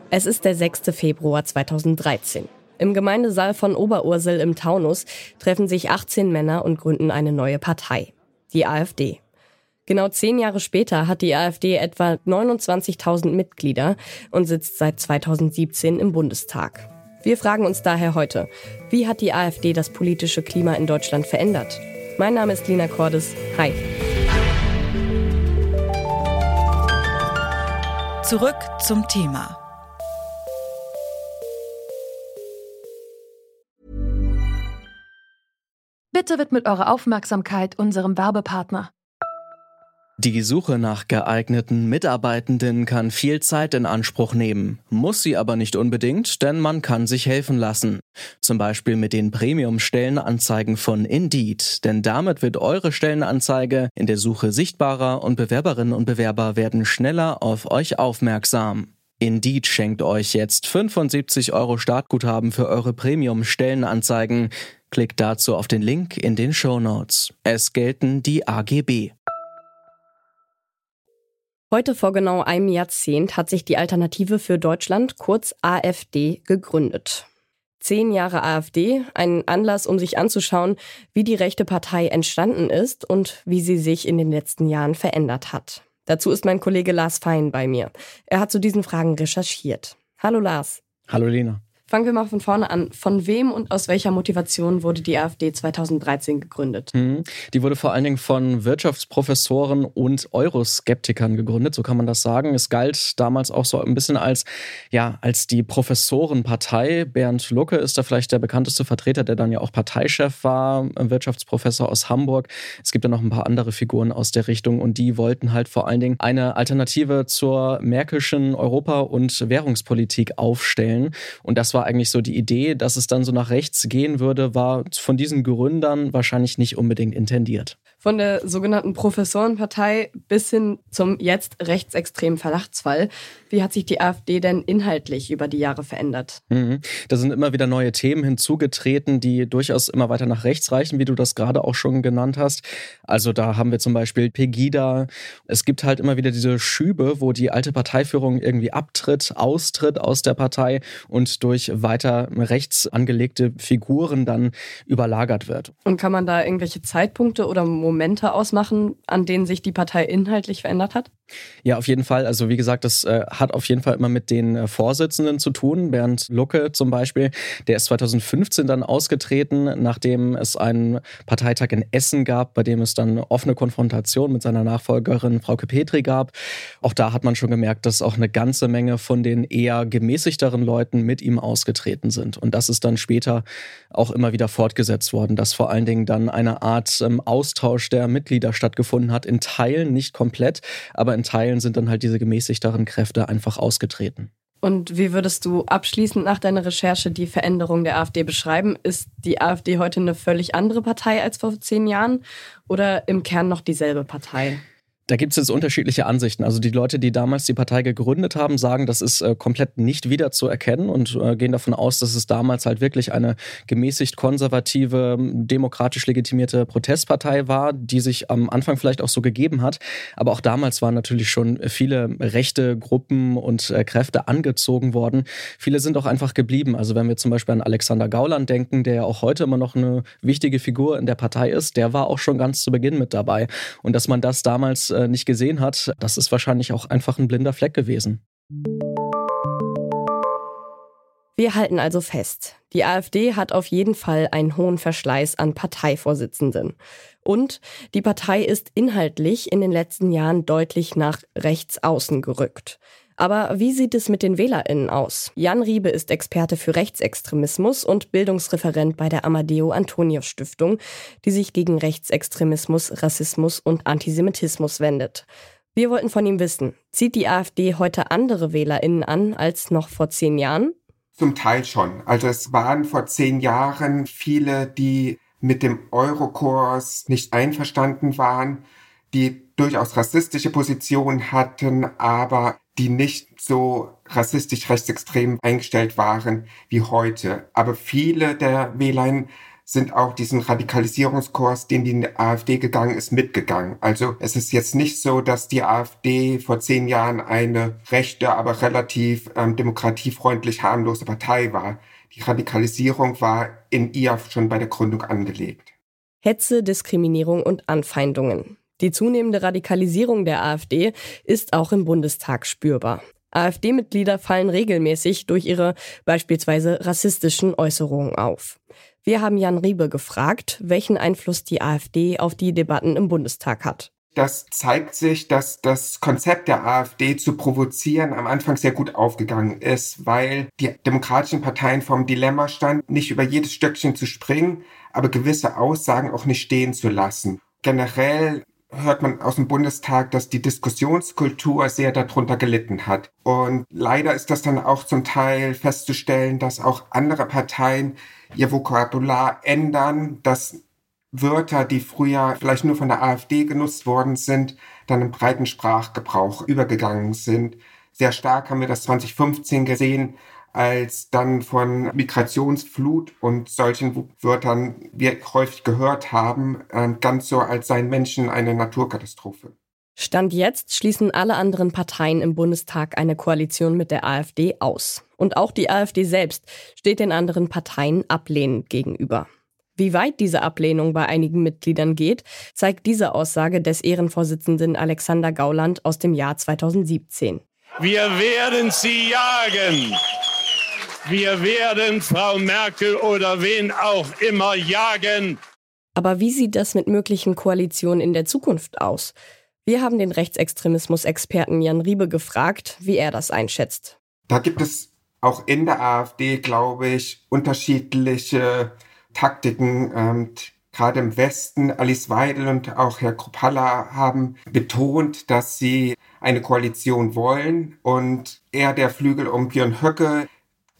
Es ist der 6. Februar 2013. Im Gemeindesaal von Oberursel im Taunus treffen sich 18 Männer und gründen eine neue Partei, die AfD. Genau 10 Jahre später hat die AfD etwa 29.000 Mitglieder und sitzt seit 2017 im Bundestag. Wir fragen uns daher heute, wie hat die AfD das politische Klima in Deutschland verändert? Mein Name ist Lina Cordes. Hi. Zurück zum Thema. Bitte widmet eure Aufmerksamkeit unserem Werbepartner. Die Suche nach geeigneten Mitarbeitenden kann viel Zeit in Anspruch nehmen, muss sie aber nicht unbedingt, denn man kann sich helfen lassen. Zum Beispiel mit den Premium-Stellenanzeigen von Indeed, denn damit wird eure Stellenanzeige in der Suche sichtbarer und Bewerberinnen und Bewerber werden schneller auf euch aufmerksam. Indeed schenkt euch jetzt 75 € Startguthaben für eure Premium-Stellenanzeigen. Klickt dazu auf den Link in den Shownotes. Es gelten die AGB. Heute vor genau einem Jahrzehnt hat sich die Alternative für Deutschland, kurz AfD, gegründet. 10 Jahre AfD, ein Anlass, um sich anzuschauen, wie die rechte Partei entstanden ist und wie sie sich in den letzten Jahren verändert hat. Dazu ist mein Kollege Lars Fein bei mir. Er hat zu diesen Fragen recherchiert. Hallo Lars. Hallo Lena. Fangen wir mal von vorne an. Von wem und aus welcher Motivation wurde die AfD 2013 gegründet? Die wurde vor allen Dingen von Wirtschaftsprofessoren und Euroskeptikern gegründet, so kann man das sagen. Es galt damals auch so ein bisschen als die Professorenpartei. Bernd Lucke ist da vielleicht der bekannteste Vertreter, der dann ja auch Parteichef war, Wirtschaftsprofessor aus Hamburg. Es gibt ja noch ein paar andere Figuren aus der Richtung und die wollten halt vor allen Dingen eine Alternative zur Merkelschen Europa- und Währungspolitik aufstellen. Und das war eigentlich so die Idee, dass es dann so nach rechts gehen würde, war von diesen Gründern wahrscheinlich nicht unbedingt intendiert. Von der sogenannten Professorenpartei bis hin zum jetzt rechtsextremen Verdachtsfall. Wie hat sich die AfD denn inhaltlich über die Jahre verändert? Da sind immer wieder neue Themen hinzugetreten, die durchaus immer weiter nach rechts reichen, wie du das gerade auch schon genannt hast. Also da haben wir zum Beispiel Pegida. Es gibt halt immer wieder diese Schübe, wo die alte Parteiführung irgendwie austritt aus der Partei und durch weiter rechts angelegte Figuren dann überlagert wird. Und kann man da irgendwelche Zeitpunkte oder Momente ausmachen, an denen sich die Partei inhaltlich verändert hat? Ja, auf jeden Fall. Also wie gesagt, das hat auf jeden Fall immer mit den Vorsitzenden zu tun. Bernd Lucke zum Beispiel, der ist 2015 dann ausgetreten, nachdem es einen Parteitag in Essen gab, bei dem es dann offene Konfrontation mit seiner Nachfolgerin Frauke Petry gab. Auch da hat man schon gemerkt, dass auch eine ganze Menge von den eher gemäßigteren Leuten mit ihm ausgetreten sind. Und das ist dann später auch immer wieder fortgesetzt worden, dass vor allen Dingen dann eine Art Austausch der Mitglieder stattgefunden hat, in Teilen, nicht komplett, aber in Teilen sind dann halt diese gemäßigteren Kräfte einfach ausgetreten. Und wie würdest du abschließend nach deiner Recherche die Veränderung der AfD beschreiben? Ist die AfD heute eine völlig andere Partei als vor 10 Jahren oder im Kern noch dieselbe Partei? Da gibt es jetzt unterschiedliche Ansichten. Also die Leute, die damals die Partei gegründet haben, sagen, das ist komplett nicht wieder zu erkennen und gehen davon aus, dass es damals halt wirklich eine gemäßigt konservative, demokratisch legitimierte Protestpartei war, die sich am Anfang vielleicht auch so gegeben hat. Aber auch damals waren natürlich schon viele rechte Gruppen und Kräfte angezogen worden. Viele sind auch einfach geblieben. Also wenn wir zum Beispiel an Alexander Gauland denken, der ja auch heute immer noch eine wichtige Figur in der Partei ist, der war auch schon ganz zu Beginn mit dabei. Und dass man das damals nicht gesehen hat, das ist wahrscheinlich auch einfach ein blinder Fleck gewesen. Wir halten also fest, die AfD hat auf jeden Fall einen hohen Verschleiß an Parteivorsitzenden. Und die Partei ist inhaltlich in den letzten Jahren deutlich nach rechts außen gerückt. Aber wie sieht es mit den WählerInnen aus? Jan Riebe ist Experte für Rechtsextremismus und Bildungsreferent bei der Amadeo-Antonio-Stiftung, die sich gegen Rechtsextremismus, Rassismus und Antisemitismus wendet. Wir wollten von ihm wissen, zieht die AfD heute andere WählerInnen an als noch vor 10 Jahren? Zum Teil schon. Also es waren vor 10 Jahren viele, die mit dem Eurokurs nicht einverstanden waren, die durchaus rassistische Positionen hatten, aber die nicht so rassistisch rechtsextrem eingestellt waren wie heute. Aber viele der WählerInnen sind auch diesen Radikalisierungskurs, den die AfD gegangen ist, mitgegangen. Also es ist jetzt nicht so, dass die AfD vor 10 Jahren eine rechte, aber relativ demokratiefreundlich harmlose Partei war. Die Radikalisierung war in ihr schon bei der Gründung angelegt. Hetze, Diskriminierung und Anfeindungen. Die zunehmende Radikalisierung der AfD ist auch im Bundestag spürbar. AfD-Mitglieder fallen regelmäßig durch ihre beispielsweise rassistischen Äußerungen auf. Wir haben Jan Riebe gefragt, welchen Einfluss die AfD auf die Debatten im Bundestag hat. Das zeigt sich, dass das Konzept der AfD zu provozieren am Anfang sehr gut aufgegangen ist, weil die demokratischen Parteien vorm Dilemma standen, nicht über jedes Stöckchen zu springen, aber gewisse Aussagen auch nicht stehen zu lassen. Generell hört man aus dem Bundestag, dass die Diskussionskultur sehr darunter gelitten hat. Und leider ist das dann auch zum Teil festzustellen, dass auch andere Parteien ihr Vokabular ändern, dass Wörter, die früher vielleicht nur von der AfD genutzt worden sind, dann im breiten Sprachgebrauch übergegangen sind. Sehr stark haben wir das 2015 gesehen, als dann von Migrationsflut und solchen Wörtern wir häufig gehört haben, ganz so, als seien Menschen eine Naturkatastrophe. Stand jetzt schließen alle anderen Parteien im Bundestag eine Koalition mit der AfD aus. Und auch die AfD selbst steht den anderen Parteien ablehnend gegenüber. Wie weit diese Ablehnung bei einigen Mitgliedern geht, zeigt diese Aussage des Ehrenvorsitzenden Alexander Gauland aus dem Jahr 2017. Wir werden sie jagen. Wir werden Frau Merkel oder wen auch immer jagen. Aber wie sieht das mit möglichen Koalitionen in der Zukunft aus? Wir haben den Rechtsextremismus-Experten Jan Riebe gefragt, wie er das einschätzt. Da gibt es auch in der AfD, glaube ich, unterschiedliche Taktiken. Gerade im Westen, Alice Weidel und auch Herr Kruppalla haben betont, dass sie eine Koalition wollen. Und eher der Flügel um Björn Höcke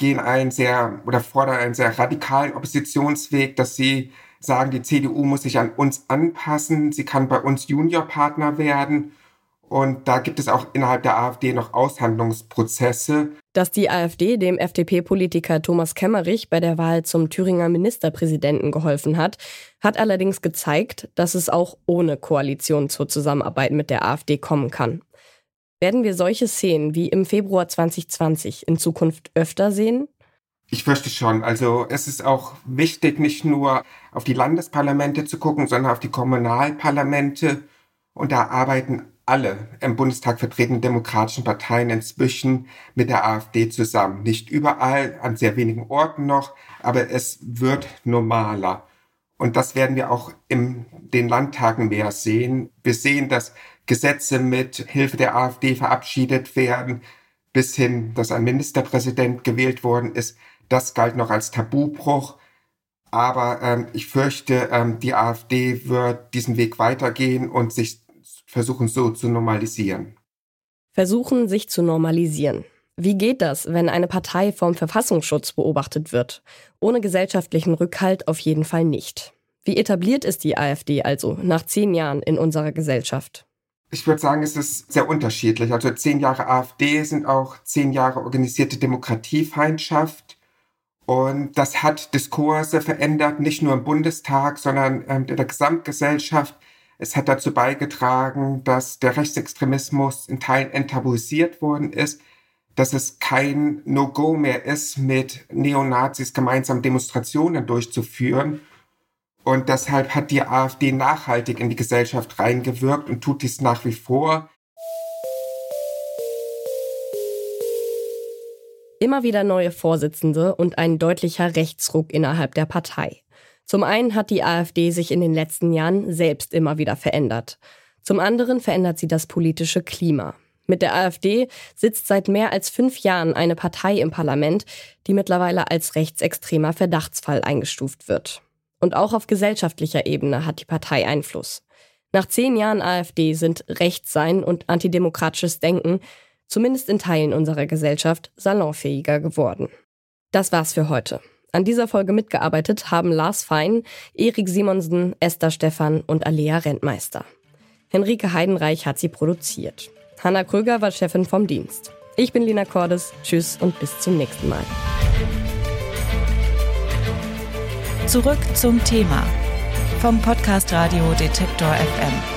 fordern einen sehr radikalen Oppositionsweg, dass sie sagen, die CDU muss sich an uns anpassen, sie kann bei uns Juniorpartner werden. Und da gibt es auch innerhalb der AfD noch Aushandlungsprozesse. Dass die AfD dem FDP-Politiker Thomas Kemmerich bei der Wahl zum Thüringer Ministerpräsidenten geholfen hat, hat allerdings gezeigt, dass es auch ohne Koalition zur Zusammenarbeit mit der AfD kommen kann. Werden wir solche Szenen wie im Februar 2020 in Zukunft öfter sehen? Ich fürchte schon. Also es ist auch wichtig, nicht nur auf die Landesparlamente zu gucken, sondern auf die Kommunalparlamente. Und da arbeiten alle im Bundestag vertretenen demokratischen Parteien inzwischen mit der AfD zusammen. Nicht überall, an sehr wenigen Orten noch, aber es wird normaler. Und das werden wir auch in den Landtagen mehr sehen. Wir sehen, dass Gesetze mit Hilfe der AfD verabschiedet werden, bis hin, dass ein Ministerpräsident gewählt worden ist. Das galt noch als Tabubruch. Aber ich fürchte, die AfD wird diesen Weg weitergehen und sich versuchen so zu normalisieren. Versuchen, sich zu normalisieren. Wie geht das, wenn eine Partei vom Verfassungsschutz beobachtet wird? Ohne gesellschaftlichen Rückhalt auf jeden Fall nicht. Wie etabliert ist die AfD also nach 10 Jahren in unserer Gesellschaft? Ich würde sagen, es ist sehr unterschiedlich. Also 10 Jahre AfD sind auch 10 Jahre organisierte Demokratiefeindschaft. Und das hat Diskurse verändert, nicht nur im Bundestag, sondern in der Gesamtgesellschaft. Es hat dazu beigetragen, dass der Rechtsextremismus in Teilen enttabuisiert worden ist, dass es kein No-Go mehr ist, mit Neonazis gemeinsam Demonstrationen durchzuführen. Und deshalb hat die AfD nachhaltig in die Gesellschaft reingewirkt und tut dies nach wie vor. Immer wieder neue Vorsitzende und ein deutlicher Rechtsruck innerhalb der Partei. Zum einen hat die AfD sich in den letzten Jahren selbst immer wieder verändert. Zum anderen verändert sie das politische Klima. Mit der AfD sitzt seit mehr als 5 Jahren eine Partei im Parlament, die mittlerweile als rechtsextremer Verdachtsfall eingestuft wird. Und auch auf gesellschaftlicher Ebene hat die Partei Einfluss. Nach 10 Jahren AfD sind Rechtssein und antidemokratisches Denken, zumindest in Teilen unserer Gesellschaft, salonfähiger geworden. Das war's für heute. An dieser Folge mitgearbeitet haben Lars Fein, Erik Simonsen, Esther Stephan und Alea Rentmeister. Henrike Heidenreich hat sie produziert. Hanna Kröger war Chefin vom Dienst. Ich bin Lina Cordes. Tschüss und bis zum nächsten Mal. Zurück zum Thema vom Podcast Radio Detektor FM.